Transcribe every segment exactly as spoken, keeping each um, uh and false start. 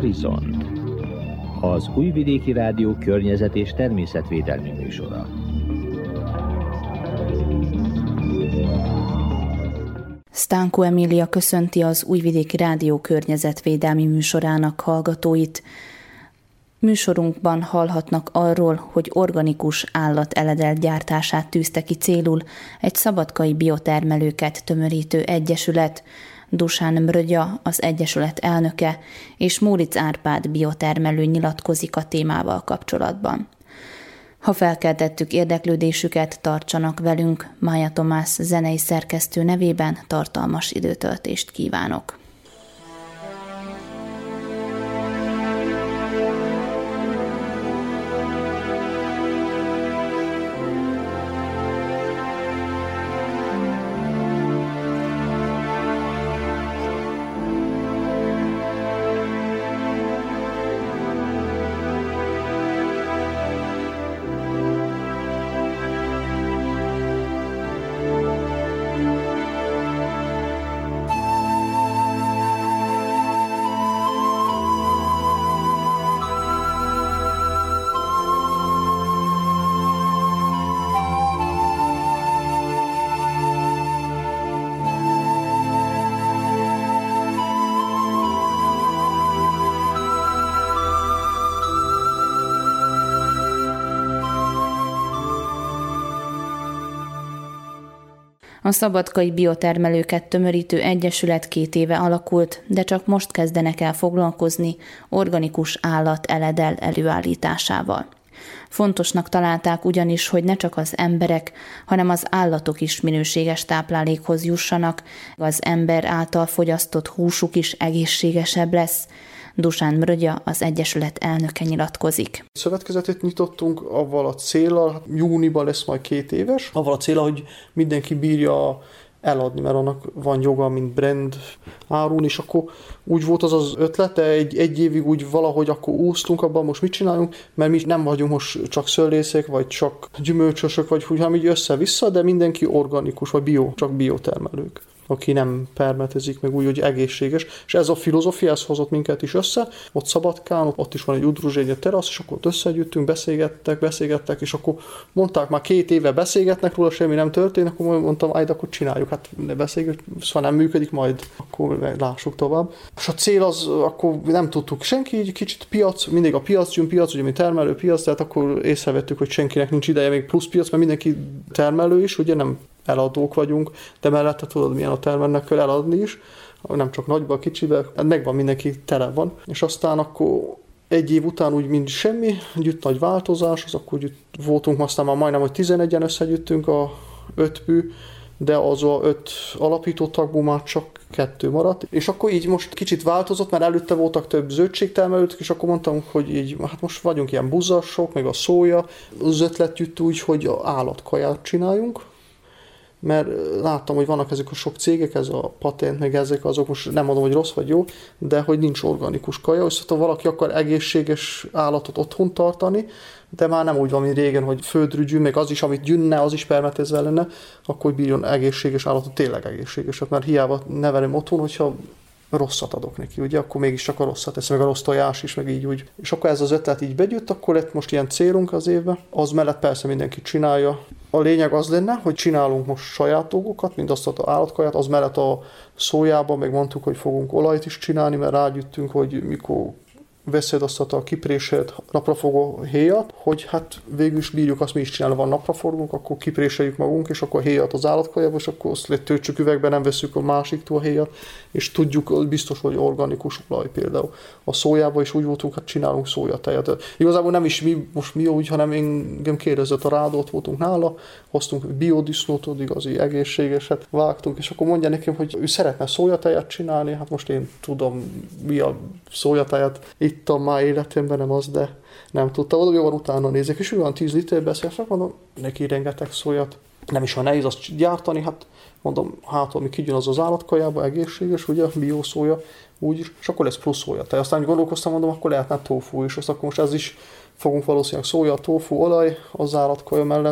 Horizont, az Újvidéki Rádió környezet- és természetvédelmi műsora. Stankó Emília köszönti az Újvidéki Rádió környezetvédelmi műsorának hallgatóit. Műsorunkban hallhatnak arról, hogy organikus állateledel gyártását tűzte ki célul egy szabadkai biotermelőket tömörítő egyesület. Dusán Mrögya, az egyesület elnöke, és Móricz Árpád biotermelő nyilatkozik a témával kapcsolatban. Ha felkeltettük érdeklődésüket, tartsanak velünk. Mája Tomász zenei szerkesztő nevében tartalmas időtöltést kívánok. A szabadkai biotermelőket tömörítő egyesület két éve alakult, de csak most kezdenek el foglalkozni organikus állateledel előállításával. Fontosnak találták ugyanis, hogy ne csak az emberek, hanem az állatok is minőséges táplálékhoz jussanak, az ember által fogyasztott húsuk is egészségesebb lesz. Dusán Mrögya, az egyesület elnöke nyilatkozik. Szövetkezetet nyitottunk avval a céllal, júniban lesz majd két éves, avval a céllal, hogy mindenki bírja eladni, mert annak van joga, mint brand árun, és akkor úgy volt az az ötlete, egy, egy évig úgy valahogy akkor úsztunk abban, most mit csináljunk, mert mi nem vagyunk most csak szőlészek, vagy csak gyümölcsösök, vagy úgy, hanem így össze-vissza, de mindenki organikus, vagy bio, csak biotermelők, aki nem permetezik, meg úgy, hogy egészséges. És ez a filozófia, ez hozott minket is össze. Ott Szabadkán, ott is van egy udruzsény terasz, és akkor ott összegyűjtünk, beszélgettek, beszélgettek, és akkor mondták, már két éve beszélgetnek róla, semmi nem történt, akkor mondtam, ájd, akkor csináljuk, hát ne beszélgetjük, szóval nem működik, majd akkor lássuk tovább. És a cél az, akkor nem tudtuk senki, így kicsit piac, mindig a piac, jön piac, ugye mi termelő piac, tehát akkor észrevettük, hogy senkinek nincs ideje még plusz piac, mert mindenki termelő is, ugye nem eladók vagyunk, de mellette tudod, milyen a termelnek kell eladni is, nem csak nagyba, kicsibe, megvan, mindenki tele van. És aztán akkor egy év után úgy mind semmi, gyűjt nagy változás, az akkor úgy voltunk, aztán már majdnem, hogy tizenegyen összegyűjtünk a öt pű, de az a öt alapító tagból már csak kettő maradt. És akkor így most kicsit változott, mert előtte voltak több zöldségtermelők, és akkor mondtam, hogy így, hát most vagyunk ilyen buzzasok, meg a szója. Az ötlet jött úgy, hogy állatkaját csináljunk, mert láttam, hogy vannak ezek a sok cégek, ez a patent, meg ezek azok, most nem mondom, hogy rossz vagy jó, de hogy nincs organikus kaja, és ha valaki akar egészséges állatot otthon tartani, de már nem úgy van, mint régen, hogy földrügyű, meg az is, amit gyűnne, az is permetezve lenne, akkor bírjon egészséges állatot, tényleg egészségeset, mert hiába nevelem otthon, hogyha rosszat adok neki, ugye, akkor mégis csak a rosszat tesz, meg a rossz tojás is, meg így úgy. És akkor ez az ötlet így begyűjt, akkor lett most ilyen célunk az évben. Az mellett persze mindenki csinálja. A lényeg az lenne, hogy csinálunk most saját dolgokat, mint azt az állatkaját, az mellett a szójában meg mondtuk, hogy fogunk olajt is csinálni, mert rágyűjtünk, hogy mikor veszed azt a kipréselt naprafogó héjat, hogy hát végül is bírjuk azt mi is csinálni, van napraforgónk, akkor kipréseljük magunk, és akkor héjat az állatkajába, és akkor azt töltsük üvegbe, nem veszük a másiktól a héjat, és tudjuk biztos, hogy organikus olaj például. A szójában is úgy voltunk, hát csinálunk szójatejet. Igazából nem is mi, most mi úgy, hanem engem kérdezett a rádió, ott voltunk nála, hoztunk biodisznót, igazi egészségeset, vágtunk, és akkor mondja nekem, hogy ő szeretne szójatejet csinálni, hát most én tudom, mi a szójatejet, ittam már életemben, nem az, de nem tudtam. Oda jóval utána nézek, és olyan tíz liter beszélek, mondom, neki rengeteg szójat. Nem is van nehéz azt gyártani, hát mondom, hát ami kijön az az állatkajába, egészséges, ugye, biószója, úgyis, és akkor lesz plusz szója. Tehát aztán gondolkoztam, mondom, akkor lehetne tofu is, és akkor most ez is fogunk valószínűleg szója, tofu, olaj az állatkaja mellett,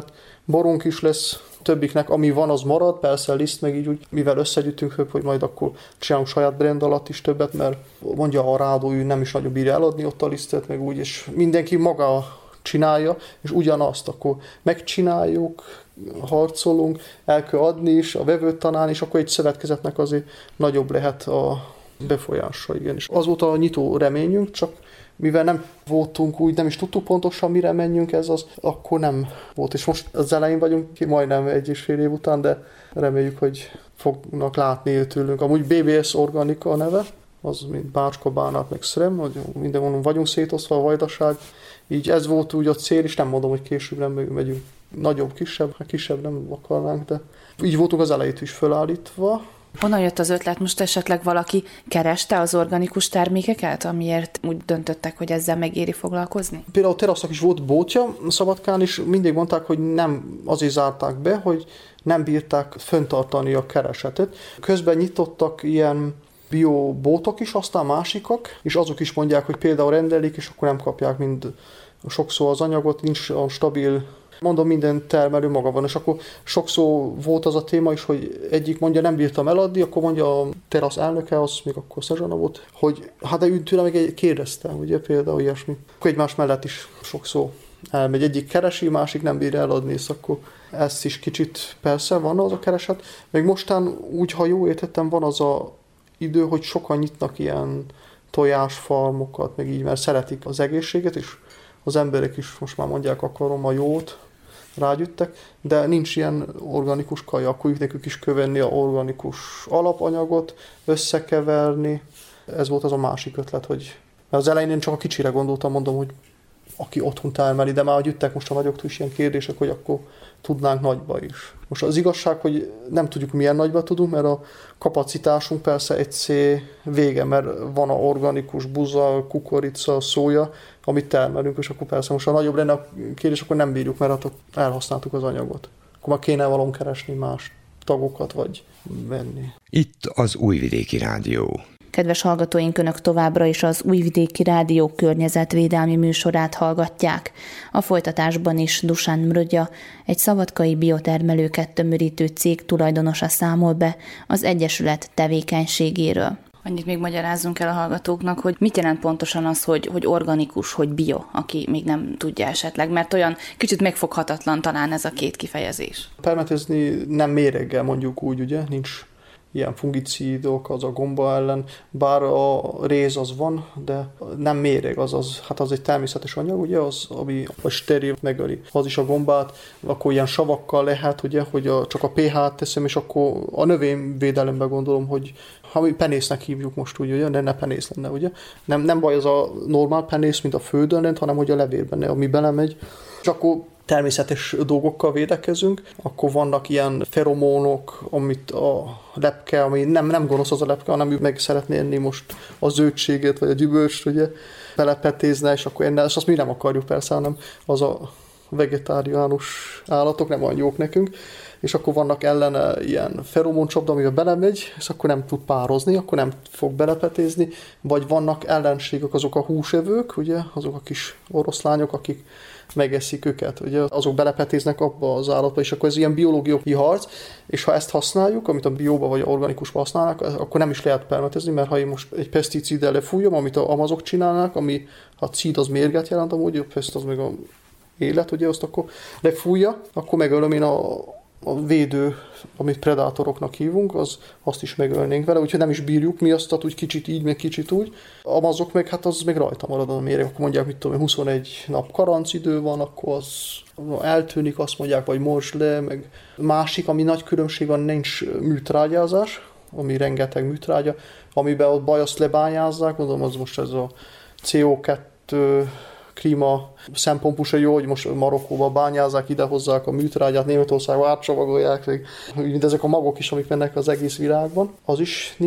borunk is lesz, többiknek, ami van, az marad, persze liszt meg így úgy, mivel összegyűjtünk, hogy majd akkor csinálunk saját brand alatt is többet, mert mondja a rádó, ő nem is nagyon bírja eladni ott a lisztet, meg úgy, és mindenki maga csinálja, és ugyanazt akkor megcsináljuk, harcolunk, el kell adni is, a vevőt találni, és akkor egy szövetkezetnek azért nagyobb lehet a befolyása, igen. És az volt a nyitó reményünk, csak mivel nem voltunk úgy, nem is tudtuk pontosan, mire menjünk, ez az, akkor nem volt. És most az elején vagyunk, majdnem egy és fél év után, de reméljük, hogy fognak látni tőlünk. Amúgy bé bé es Organika a neve, az mint Bácska, Bánát, meg Szrem, mindenhol vagyunk szétosztva a vajdaság. Így ez volt úgy a cél, és nem mondom, hogy később nem megyünk nagyobb, kisebb, hát kisebb nem akarnánk, de így voltunk az elejét is fölállítva. Honnan jött az ötlet? Most esetleg valaki kereste az organikus termékeket, amiért úgy döntöttek, hogy ezzel megéri foglalkozni? Például a terasznak is volt bótja Szabadkán, és mindig mondták, hogy nem azért zárták be, hogy nem bírták fenntartani a keresetet. Közben nyitottak ilyen biobótok is, aztán másikak, és azok is mondják, hogy például rendelik, és akkor nem kapják mind sokszor az anyagot, nincs a stabil. Mondom, minden termelő maga van, és akkor sokszor volt az a téma is, hogy egyik mondja, nem bírtam eladni, akkor mondja a terasz elnöke, az még akkor Szezsana volt, hogy hát de ő tőle meg kérdezte, ugye például ilyesmi. Akkor egymás mellett is sokszor elmegy. Egyik keresi, másik nem bírja eladni, és akkor ez is kicsit persze van az a kereset. Meg mostan úgy, ha jól értettem, van az a idő, hogy sokan nyitnak ilyen tojásfarmokat, meg így, mert szeretik az egészséget, és az emberek is most már mondják, akarom a jót, rágyüttek, de nincs ilyen organikus kaja, akkor nekük is kövenni a organikus alapanyagot, összekeverni. Ez volt az a másik ötlet, hogy mert az elején én csak a kicsire gondoltam, mondom, hogy aki otthon termeli, de már jöttek most a nagyoktól is ilyen kérdések, hogy akkor tudnánk nagyba is. Most az igazság, hogy nem tudjuk milyen nagyba tudunk, mert a kapacitásunk persze egyszer vége, mert van a organikus buza, kukorica, szója, amit termelünk, és akkor persze most a nagyobb lenne a kérdés, akkor nem bírjuk, mert hát elhasználtuk az anyagot. Akkor már kéne valahol keresni más tagokat, vagy venni. Itt az Újvidéki Rádió. Kedves hallgatóink, Önök továbbra is az Újvidéki Rádió környezetvédelmi műsorát hallgatják. A folytatásban is Dusán Mrögya, egy szabadkai biotermelőket tömörítő cég tulajdonosa számol be az Egyesület tevékenységéről. Annyit még magyarázzunk el a hallgatóknak, hogy mit jelent pontosan az, hogy, hogy organikus, hogy bio, aki még nem tudja esetleg, mert olyan kicsit megfoghatatlan talán ez a két kifejezés. Permetezni nem méreggel, mondjuk úgy, ugye, nincs ilyen fungicídok, az a gomba ellen, bár a réz az van, de nem méreg, az, az, hát az egy természetes anyag, ugye, az, ami a steril megöli. Az is a gombát, akkor ilyen savakkal lehet, ugye, hogy a, csak a pé há-t teszem, és akkor a növényvédelemben gondolom, hogy ha mi penésznek hívjuk most úgy, ugye, de ne penész lenne, ugye. Nem, nem baj az a normál penész, mint a földön lent, hanem hogy a levélben, ami belemegy. És akkor természetes dolgokkal védekezünk, akkor vannak ilyen feromónok, amit a lepke, ami nem, nem gonosz az a lepke, hanem ő meg szeretné enni most a zöldséget, vagy a gyümölcsöt, ugye, belepetézne, és akkor enne, és azt mi nem akarjuk persze, hanem az a vegetáriánus állatok nem olyan jók nekünk, és akkor vannak ellene ilyen feromóncsapda, amivel belemegy, és akkor nem tud pározni, akkor nem fog belepetézni, vagy vannak ellenségek, azok a húsevők, ugye, azok a kis oroszlányok, akik megeszik őket, ugye, azok belepetéznek abba az állatba, és akkor ez ilyen biológiai harc, és ha ezt használjuk, amit a bióba vagy a organikusba használnak, akkor nem is lehet permetezni, mert ha én most egy peszticiddel lefújom, amit a amazok csinálnak, ami a cid az mérget jelent amúgy, a peszt az meg a élet, ugye, azt akkor lefújja, akkor megölöm én a a védő, amit predátoroknak hívunk, az, azt is megölnénk vele, úgyhogy nem is bírjuk mi azt, úgy kicsit így, meg kicsit úgy. Amazok meg, hát az még rajta marad a méreg, akkor mondják, mit tudom, huszonegy nap karancidő van, akkor az eltűnik, azt mondják, vagy mosd le, meg másik, ami nagy különbség van, nincs műtrágyázás, ami rengeteg műtrágya, amiben ott bajaszt lebányázzák, mondom, az most ez a cé o kettő klíma szempontból jó, hogy most Marokkóba bányázzák, idehozzák a műtrágyát, Németországba átcsavagolják, mindezek a magok is, amik mennek az egész világban, az is nincs.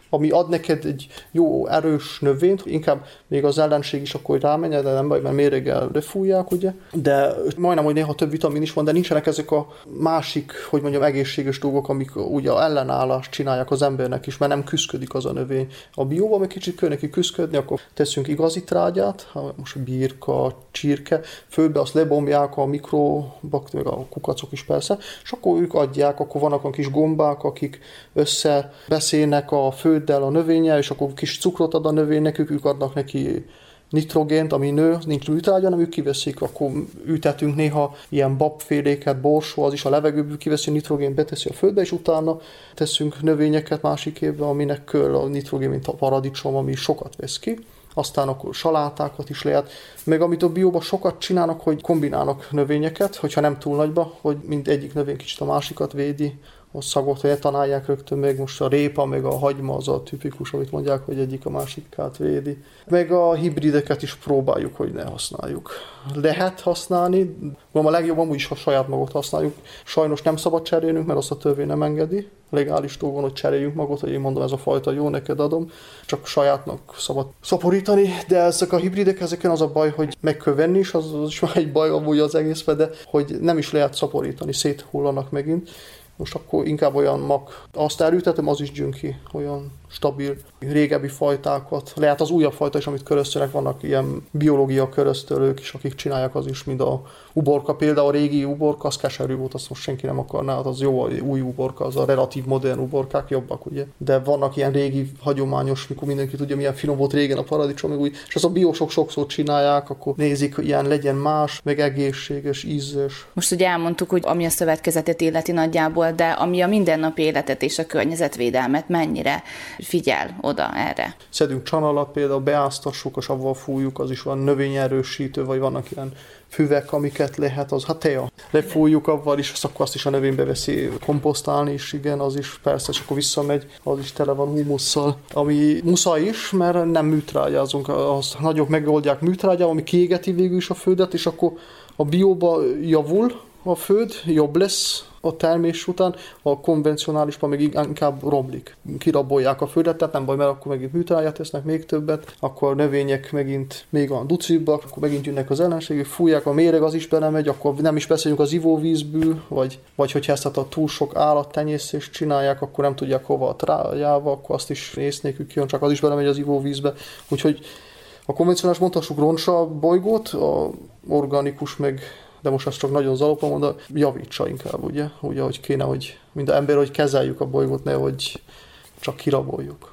ami ad neked egy jó, erős növényt, inkább még az ellenség is akkor rámenjen, de nem baj, mert méreggel lefújják, ugye. De majdnem, hogy néha több vitamin is van, de nincsenek ezek a másik, hogy mondjam, egészséges dolgok, amik ugye ellenállást csinálják az embernek is, mert nem küszködik az a növény. A bióban meg kicsit kell neki küszködni, akkor teszünk igazi trágyát, most birka, csirke, földbe azt lebomják a mikrobakter, a kukacok is persze, és akkor ők adják, akkor vannak a kis gombák, akik összebeszélnek a földdel, a növényel, és akkor kis cukrot ad a növény nekük, ők adnak neki nitrogént, ami nő, nincs műtrágya, hanem ők kiveszik, akkor ültetünk néha ilyen babféléket, borsó, az is a levegőből kiveszi a nitrogént, beteszi a földbe, és utána teszünk növényeket másik évben, aminek kell a nitrogén, mint a paradicsom, ami sokat vesz ki. Aztán akkor salátákat is lehet. Meg amit a bióban sokat csinálnak, hogy kombinálnak növényeket, hogyha nem túl nagyba, hogy mind egyik növény kicsit a másikat védi, a szagot etanálják rögtön, meg most a répa, meg a hagyma az a tipikus, amit mondják, hogy egyik a másikát védi. Meg a hibrideket is próbáljuk, hogy ne használjuk. Lehet használni, a legjobb amúgy is, ha saját magot használjuk. Sajnos nem szabad cserélnünk, mert azt a törvény nem engedi. Legális dolgon, hogy cseréljünk magot, hogy én mondom, ez a fajta jó, neked adom. Csak sajátnak szabad szaporítani, de ezek a hibridek, ezeken az a baj, hogy meg kell venni, és az, az is már egy baj amúgy az egészben, de hogy nem is lehet szaporítani, széthullanak megint. Most akkor inkább olyan mag, azt elültetem, az is gyűn ki, olyan stabil, régebbi fajtákat. Lehet az újabb fajta is, amit köröztölnek, vannak ilyen biológia köröztölők is, akik csinálják az is, mint a uborka. Például a régi uborka, az keserű volt, azt most senki nem akarná, az jó, a új uborka, az a relatív modern uborkák jobbak, ugye. De vannak ilyen régi, hagyományos, mikor mindenki tudja, milyen finom volt régen a paradicsom, meg úgy, és az a biósok sokszor csinálják, akkor nézik, hogy ilyen legyen más, meg egészséges, ízes. Most ugye elmondtuk, hogy ami a szövetkezetet illeti nagyjából, de ami a mindennapi életet és a környezetvédelmet mennyire figyel oda erre. Szedünk csanalat, például beáztassuk, és avval fújjuk, az is van növényerősítő, vagy vannak ilyen füvek, amiket lehet, az hát tea. Lefújjuk avval is, akkor azt is a növénybe veszi komposztálni is, igen, az is persze, és akkor visszamegy, az is tele van humusszal. Ami muszáj is, mert nem műtrágyázunk, azt nagyok megoldják műtrágyával, ami kiégeti végül is a földet, és akkor a bióba javul a föld, jobb lesz a termés után, a konvencionálisban meg inkább romlik. Kirabolják a földet, tehát nem baj, mert akkor megint műtrágyát tesznek még többet, akkor a növények megint még a ducibbak, akkor megint jönnek az ellenségek, fújják, a méreg az is belemegy, akkor nem is beszéljünk az ivóvízből, vagy, vagy hogyha ezt a túl sok állattenyésztést csinálják, akkor nem tudják hova a trágyába, akkor azt is rész nélkül kijön, csak az is belemegy az ivóvízbe. Úgyhogy a konvencionális mondhassuk roncsa a bolygót, a organikus meg, de most ezt csak nagyon zalopom mondom, javítsa inkább, ugye? Ugye, hogy kéne, hogy mind ember, hogy kezeljük a bolygót, ne hogy csak kiraboljuk.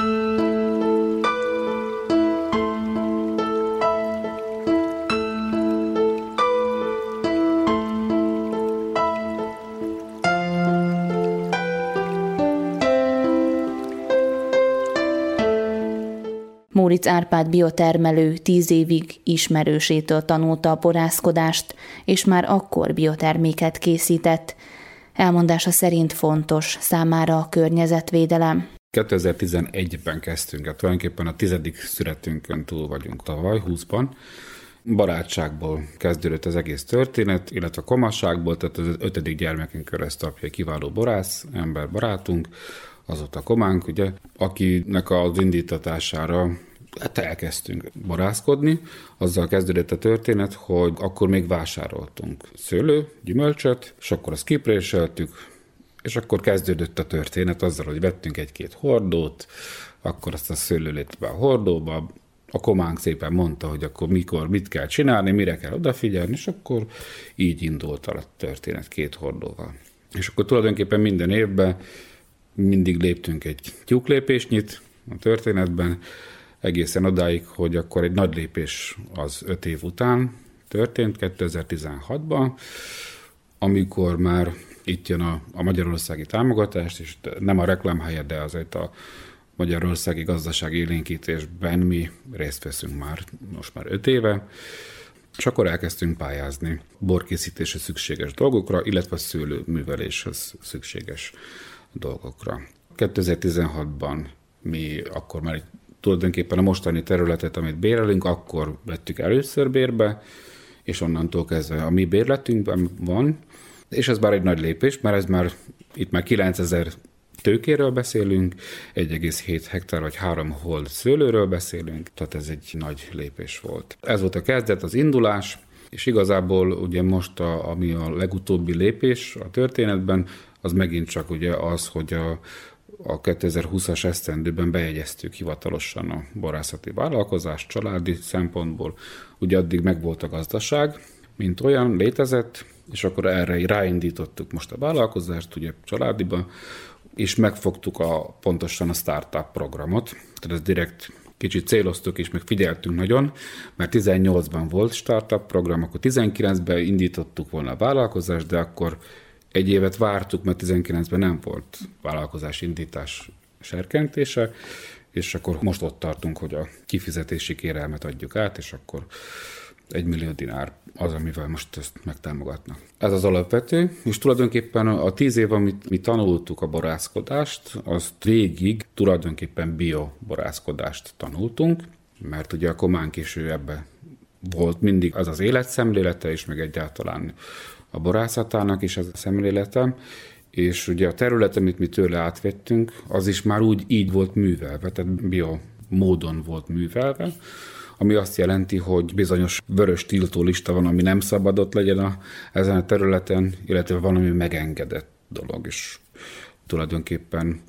Móricz Árpád biotermelő tíz évig ismerősétől tanulta a borászkodást, és már akkor bioterméket készített. Elmondása szerint fontos számára a környezetvédelem. kétezer-tizenegyben kezdtünk, hát tulajdonképpen a tizedik születünkön túl vagyunk tavaly, húszban. Barátságból kezdődött az egész történet, illetve komasságból, tehát az ötödik gyermekünk keresztapja, kiváló borász, ember barátunk, azóta kománk, ugye, akinek az indítatására hát elkezdtünk borászkodni. Azzal kezdődött a történet, hogy akkor még vásároltunk szőlő, gyümölcsöt, és akkor azt kipréseltük, és akkor kezdődött a történet azzal, hogy vettünk egy-két hordót, akkor azt a szőlőlét be a hordóba, a kománk szépen mondta, hogy akkor mikor, mit kell csinálni, mire kell odafigyelni, és akkor így indult a történet két hordóval. És akkor tulajdonképpen minden évben mindig léptünk egy tyúklépésnyit a történetben, egészen odáig, hogy akkor egy nagy lépés az öt év után történt, kétezer-tizenhatban, amikor már itt jön a, a magyarországi támogatást, és nem a reklám helyett, de azért a magyarországi gazdasági élénkítésben mi részt veszünk már, most már öt éve, és akkor elkezdtünk pályázni borkészítésre szükséges dolgokra, illetve szőlőműveléshez szükséges dolgokra. kétezer-tizenhatban mi akkor már tulajdonképpen a mostani területet, amit bérelünk, akkor vettük először bérbe, és onnantól kezdve a mi bérletünkben van, és ez már egy nagy lépés, mert ez már itt már kilencezer tőkéről beszélünk, egy egész hét hektár vagy három hold szőlőről beszélünk, tehát ez egy nagy lépés volt. Ez volt a kezdet, az indulás, és igazából ugye most, a, ami a legutóbbi lépés a történetben, az megint csak ugye az, hogy a, a kétezer-húszas esztendőben bejegyeztük hivatalosan a borászati vállalkozást családi szempontból. Ugye addig megvolt a gazdaság, mint olyan létezett, és akkor erre ráindítottuk most a vállalkozást, ugye családiban, és megfogtuk a, pontosan a startup programot, tehát ezt direkt kicsit céloztuk és meg figyeltünk nagyon, mert tizennyolcban volt startup program, akkor tizenkilencben indítottuk volna a vállalkozást, de akkor egy évet vártuk, mert tizenkilencben nem volt vállalkozás indítás serkentése, és akkor most ott tartunk, hogy a kifizetési kérelmet adjuk át, és akkor egy millió dinár az, amivel most ezt megtámogatnak. Ez az alapvető, és tulajdonképpen a tíz év, amit mi tanultuk a borászkodást, azt végig tulajdonképpen bioborászkodást tanultunk, mert ugye a Kománk is ő ebbe volt mindig az az életszemlélete, és meg egyáltalán a borászatának is az a szemlélete, és ugye a terület, amit mi tőle átvettünk, az is már úgy így volt művelve, tehát bio módon volt művelve, ami azt jelenti, hogy bizonyos vörös tiltó lista van, ami nem szabadott legyen a, ezen a területen, illetve van, ami megengedett dolog, és tulajdonképpen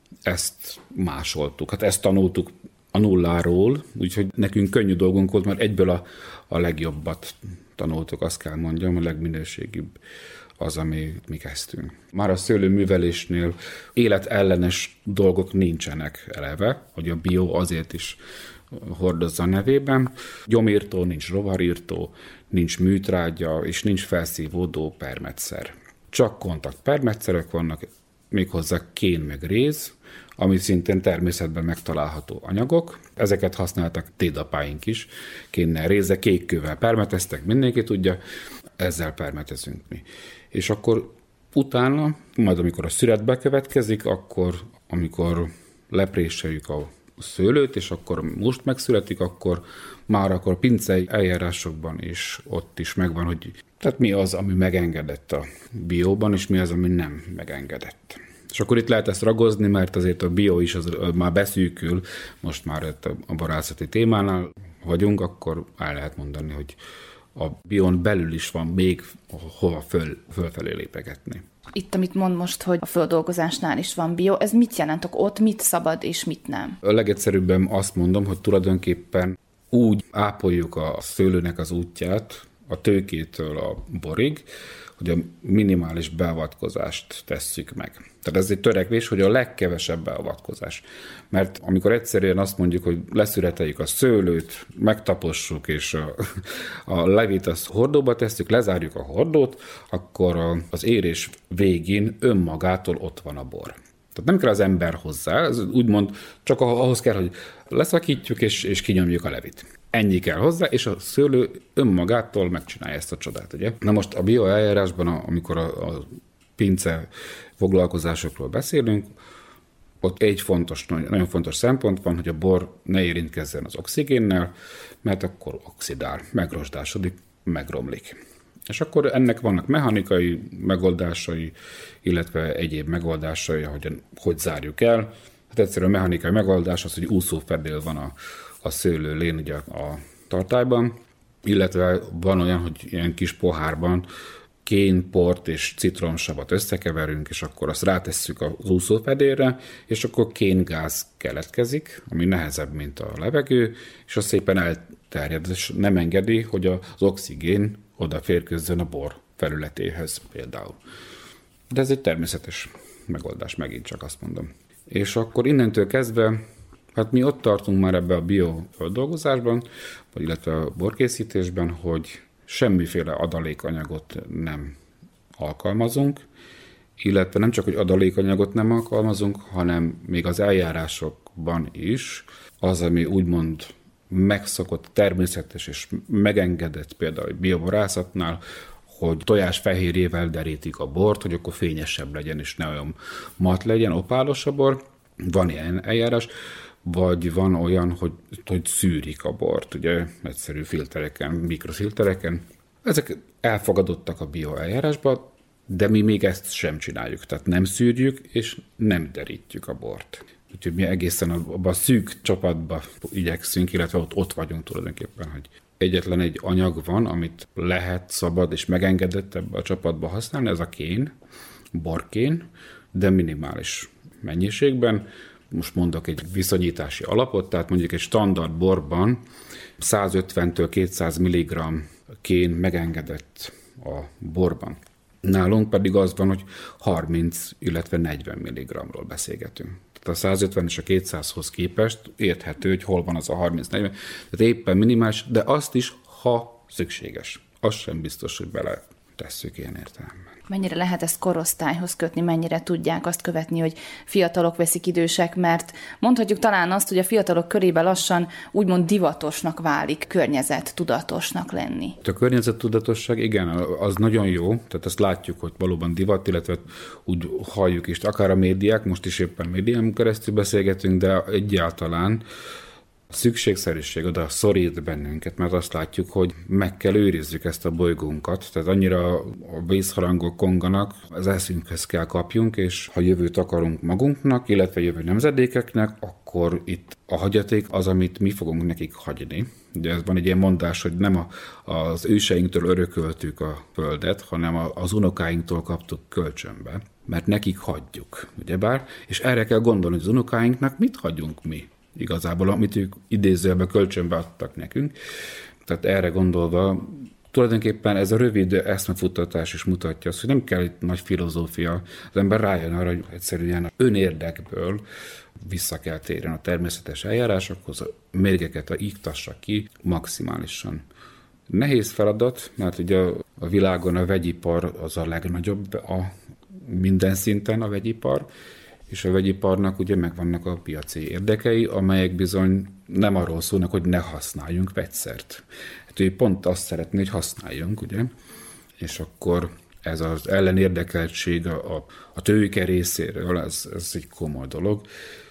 ezt másoltuk. Hát ezt tanultuk a nulláról, úgyhogy nekünk könnyű dolgunk volt, mert egyből a, a legjobbat tanultuk, azt kell mondjam, a legminőségibb az, ami mi kezdtünk. Már a szőlőművelésnél életellenes dolgok nincsenek eleve, hogy a bio azért is hordozza a nevében. Gyomírtó, nincs rovarírtó, nincs műtrágya, és nincs felszívódó permetszer. Csak kontakt permetszerek vannak, méghozzá kén meg réz, ami szintén természetben megtalálható anyagok. Ezeket használtak dédapáink is, kénnel, réze, kékkővel permeteztek, mindenki tudja, ezzel permetezünk mi. És akkor utána, majd amikor a szüret bekövetkezik, akkor amikor lepréseljük a szőlőt, és akkor most megszületik, akkor már akkor pincei eljárásokban is ott is megvan, hogy tehát mi az, ami megengedett a bióban, és mi az, ami nem megengedett. És akkor itt lehet ezt ragozni, mert azért a bio is az, már beszűkül, most már a borászati témánál vagyunk, akkor el lehet mondani, hogy a bión belül is van még hova föl, fölfelé lépegetni. Itt, amit mond most, hogy a földolgozásnál is van bio, ez mit jelent? Akkor ott mit szabad és mit nem? A legegyszerűbben azt mondom, hogy tulajdonképpen úgy ápoljuk a szőlőnek az útját, a tőkétől a borig, hogy a minimális beavatkozást tesszük meg. Tehát ez egy törekvés, hogy a legkevesebb beavatkozás. Mert amikor egyszerűen azt mondjuk, hogy leszüreteljük a szőlőt, megtapossuk, és a, a levét azt hordóba tesszük, lezárjuk a hordót, akkor az érés végén önmagától ott van a bor. Tehát nem kell az ember hozzá, ez úgymond csak ahhoz kell, hogy leszakítjuk, és, és kinyomjuk a levét. Ennyi kell hozzá, és a szőlő önmagától megcsinálja ezt a csodát, ugye? Na most a bio eljárásban, amikor a, a pince foglalkozásokról beszélünk, ott egy fontos, nagyon fontos szempont van, hogy a bor ne érintkezzen az oxigénnel, mert akkor oxidál, megrosdásodik, megromlik. És akkor ennek vannak mechanikai megoldásai, illetve egyéb megoldásai, hogy, hogy zárjuk el. Hát egyszerűen a mechanikai megoldás az, hogy úszófedél van a, a szőlőlén ugye a tartályban, illetve van olyan, hogy ilyen kis pohárban kén, port és citromsavat összekeverünk, és akkor azt rátesszük az úszófedélre, és akkor kéngáz keletkezik, ami nehezebb, mint a levegő, és az szépen elterjed, és nem engedi, hogy az oxigén odaférkőzzön a bor felületéhez például. De ez egy természetes megoldás, megint csak azt mondom. És akkor innentől kezdve, hát mi ott tartunk már ebbe a bioföldolgozásban, vagy illetve a borkészítésben, hogy semmiféle adalékanyagot nem alkalmazunk, illetve nem csak, hogy adalékanyagot nem alkalmazunk, hanem még az eljárásokban is az, ami úgymond megszokott, természetes és megengedett például bioborászatnál, hogy tojás fehérjével derítik a bort, hogy akkor fényesebb legyen, és ne olyan mat legyen, opálos a bor. Van ilyen eljárás, vagy van olyan, hogy, hogy szűrik a bort, ugye egyszerű filtereken, mikrofiltereken. Ezek elfogadottak a bioeljárásban, de mi még ezt sem csináljuk. Tehát nem szűrjük, és nem derítjük a bort. Úgyhogy mi egészen abban a szűk csapatba igyekszünk, illetve ott, ott vagyunk tulajdonképpen, hogy egyetlen egy anyag van, amit lehet, szabad és megengedett ebbe a csapatba használni, ez a kén, borkén, de minimális mennyiségben. Most mondok egy viszonyítási alapot, tehát mondjuk egy standard borban százötventől kétszáz milligramm kén megengedett a borban. Nálunk pedig az van, hogy harminc, illetve negyven milligrammról beszélgetünk. Tehát a százötven és a kétszázhoz képest érthető, hogy hol van az a harminc-negyven. Tehát éppen minimális, de azt is, ha szükséges. Az sem biztos, hogy bele tesszük ilyen értelemben. Mennyire lehet ezt korosztályhoz kötni, mennyire tudják azt követni, hogy fiatalok veszik idősek, mert mondhatjuk talán azt, hogy a fiatalok körében lassan úgymond divatosnak válik környezettudatosnak lenni. A környezettudatosság, igen, az nagyon jó, tehát ezt látjuk, hogy valóban divat, illetve úgy halljuk is, akár a médiák, most is éppen médián keresztül beszélgetünk, de egyáltalán a szükségszerűség oda szorít bennünket, mert azt látjuk, hogy meg kell őrizzük ezt a bolygónkat, tehát annyira a vészharangok konganak, az eszünkhez kell kapjunk, és ha jövőt akarunk magunknak, illetve jövő nemzedékeknek, akkor itt a hagyaték az, amit mi fogunk nekik hagyni. Ugye ez van egy ilyen mondás, hogy nem a, az őseinktől örököltük a földet, hanem a, az unokáinktól kaptuk kölcsönbe, mert nekik hagyjuk, ugyebár, és erre kell gondolni, hogy az unokáinknak mit hagyunk mi. Igazából, amit ők idézőjelben kölcsönbe adtak nekünk. Tehát erre gondolva, tulajdonképpen ez a rövid eszmefuttatás is mutatja azt, hogy nem kell itt nagy filozófia. Az ember rájön arra, hogy egyszerűen a önérdekből vissza kell térjen a természetes eljárásokhoz, a mérgeket iktassa ki maximálisan. Nehéz feladat, mert ugye a világon a vegyipar az a legnagyobb a minden szinten a vegyipar, és a vegyiparnak ugye megvannak a piaci érdekei, amelyek bizony nem arról szólnak, hogy ne használjunk vegyszert. Hát ő pont azt szeretné, hogy használjunk, ugye? És akkor ez az ellenérdekeltség a, a tőke részéről, ez, ez egy komoly dolog.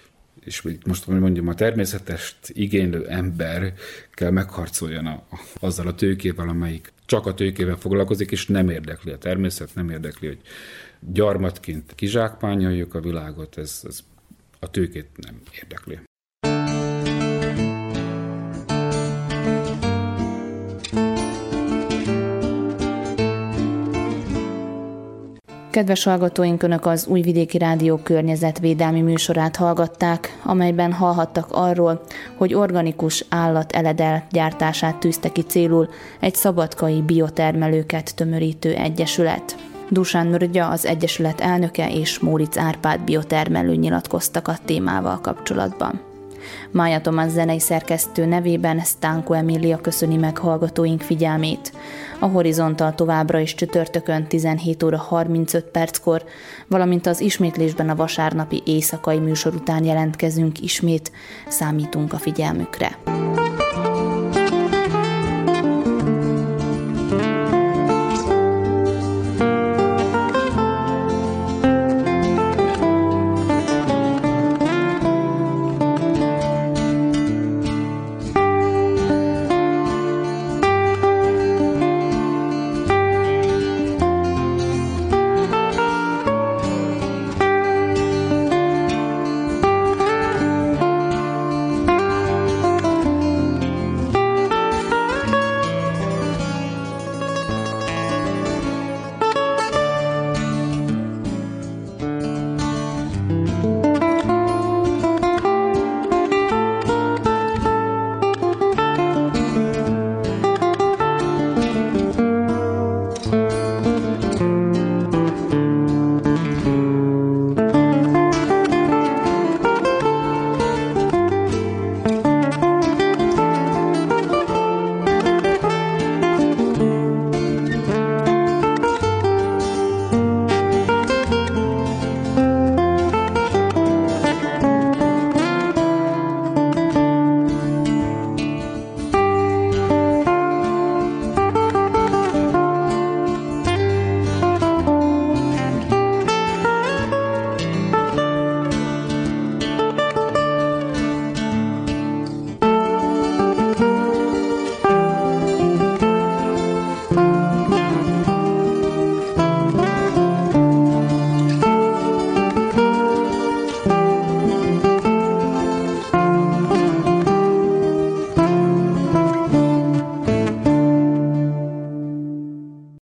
És most mondjam, a természetest igénylő ember kell megharcoljon a, azzal a tőkével, amelyik csak a tőkével foglalkozik, és nem érdekli a természet, nem érdekli, hogy gyarmatként kizsákmányoljuk a világot, ez, ez a tőkét nem érdekli. Kedves hallgatóink, Önök az Újvidéki Rádió környezetvédelmi műsorát hallgatták, amelyben hallhattak arról, hogy organikus állat eledel gyártását tűzte ki célul egy szabadkai biotermelőket tömörítő egyesület. Dusán Mörgya, az egyesület elnöke, és Móricz Árpád biotermelő nyilatkoztak a témával kapcsolatban. Mája Tomás zenei szerkesztő nevében Stanko Emília köszöni meg hallgatóink figyelmét. A Horizontal továbbra is csütörtökön tizenhét óra harmincöt perckor, valamint az ismétlésben a vasárnapi éjszakai műsor után jelentkezünk ismét, számítunk a figyelmükre.